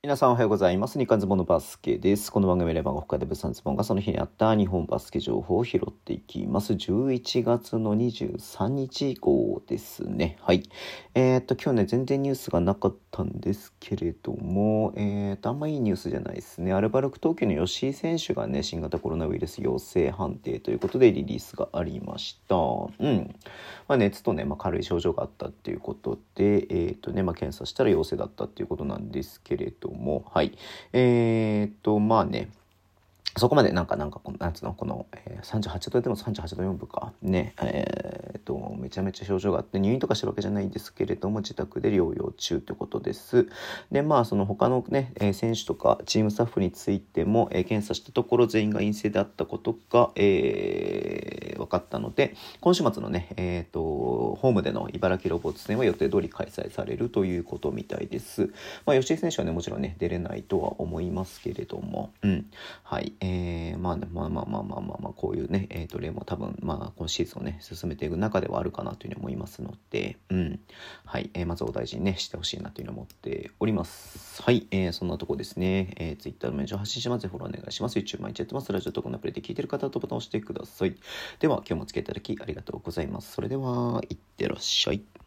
皆さんおはようございます。日刊ズボンのバスケです。この番組レバーが北海道物産ズボンがその日にあった日本バスケ情報を拾っていきます。11月の23日号ですね。はい。今日ね、全然ニュースがなかったんですけれども、あんまいいニュースじゃないですね。アルバルク東京の吉井選手がね、新型コロナウイルス陽性判定ということでリリースがありました。熱とね、軽い症状があったっていうことで、検査したら陽性だったっていうことなんですけれども、はい。そこまでなんつうの、38度でも38度4分か。ね、めちゃめちゃ症状があって、入院とかしてるわけじゃないんですけれども、自宅で療養中ってことです。で、その他のね、選手とかチームスタッフについても、検査したところ全員が陰性であったことが、分かったので、今週末のね、ホームでの茨城ロボッツ戦は予定通り開催されるということみたいです。吉井選手はね、もちろんね、出れないとは思いますけれども、はい。こういうね、例も多分、今シーズンをね、進めていく中ではあるかなというふうに思いますので、はい。まずお大事にね、してほしいなというふうに思っております。はい。そんなとこですね。Twitter のメンション発信します。フォローお願いします。YouTube 毎日やってます。ラジオとかのアプリで聞いてる方はボタンを押してください。では、今日もお付き合いいただきありがとうございます。それでは、いってらっしゃい。